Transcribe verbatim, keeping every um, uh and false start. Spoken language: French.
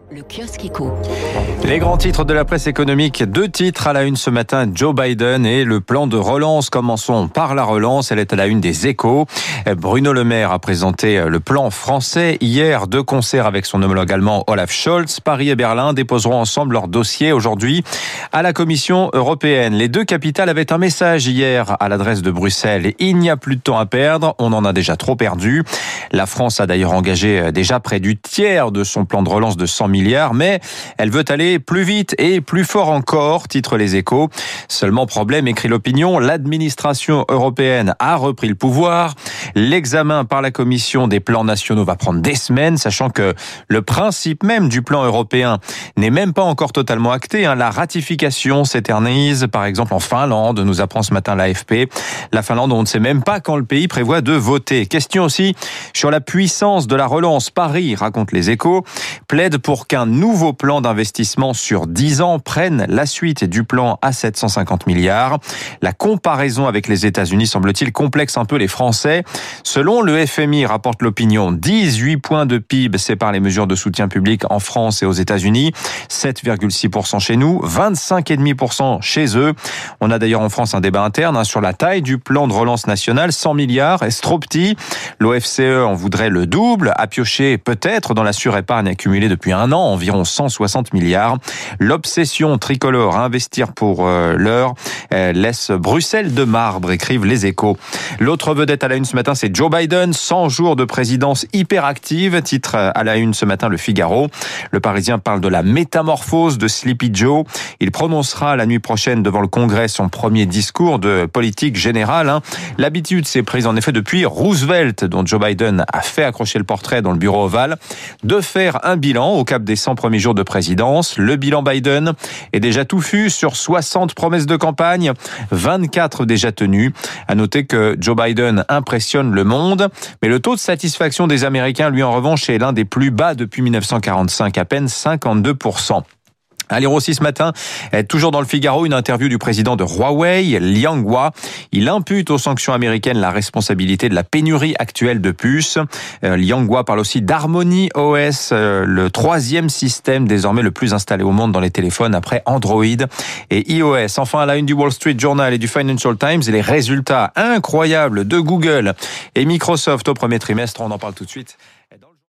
Le kiosque éco. Les grands titres de la presse économique, deux titres à la une ce matin, Joe Biden et le plan de relance. Commençons par la relance, elle est à la une des Échos. Bruno Le Maire a présenté le plan français hier de concert avec son homologue allemand Olaf Scholz. Paris et Berlin déposeront ensemble leur dossier aujourd'hui à la Commission européenne. Les deux capitales avaient un message hier à l'adresse de Bruxelles. Il n'y a plus de temps à perdre, on en a déjà trop perdu. La France a d'ailleurs engagé déjà près du tiers de son plan de relance de cent milliards, mais elle veut aller plus vite et plus fort encore, titre les Échos. Seulement problème, écrit l'opinion, l'administration européenne a repris le pouvoir. L'examen par la Commission des plans nationaux va prendre des semaines, sachant que le principe même du plan européen n'est même pas encore totalement acté. La ratification s'éternise, par exemple en Finlande, nous apprend ce matin l'A F P. La Finlande, on ne sait même pas quand le pays prévoit de voter. Question aussi sur la puissance de la relance. Paris, raconte les Échos, plaide pour qu'un nouveau plan d'investissement sur dix ans prenne la suite du plan à sept cent cinquante milliards. La comparaison avec les États-Unis, semble-t-il, complexe un peu les Français. Selon le F M I, rapporte l'opinion, dix-huit points de P I B séparent les mesures de soutien public en France et aux États-Unis, sept virgule six pour cent chez nous, vingt-cinq virgule cinq pour cent chez eux. On a d'ailleurs en France un débat interne hein, sur la taille du plan de relance national, cent milliards, est-ce trop petit? L'O F C E en voudrait le double, à piocher peut-être dans la surépargne accumulée depuis un an, environ cent soixante milliards. L'obsession tricolore à investir pour euh, l'heure euh, laisse Bruxelles de marbre, écrivent les Échos. L'autre vedette à la une ce matin, c'est Joe Biden, cent jours de présidence hyperactive, titre à la une ce matin Le Figaro. Le Parisien parle de la métamorphose de Sleepy Joe. Il prononcera la nuit prochaine devant le Congrès son premier discours de politique générale. Hein. L'habitude s'est prise en effet depuis Roosevelt, dont Joe Biden a fait accrocher le portrait dans le bureau ovale, de faire un bilan au cap des cent premiers jours de présidence. Le bilan Biden est déjà touffu sur soixante promesses de campagne, vingt-quatre déjà tenues. À noter que Joe Biden impressionne le monde, mais le taux de satisfaction des Américains, lui en revanche, est l'un des plus bas depuis dix-neuf cent quarante-cinq, à peine cinquante-deux pour cent. Allez, aussi ce matin, toujours dans le Figaro, une interview du président de Huawei, Liang Hua. Il impute aux sanctions américaines la responsabilité de la pénurie actuelle de puces. Euh, Liang Hua parle aussi d'Harmony O S, euh, le troisième système désormais le plus installé au monde dans les téléphones après Android et iOS. Enfin, à la une du Wall Street Journal et du Financial Times, les résultats incroyables de Google et Microsoft au premier trimestre. On en parle tout de suite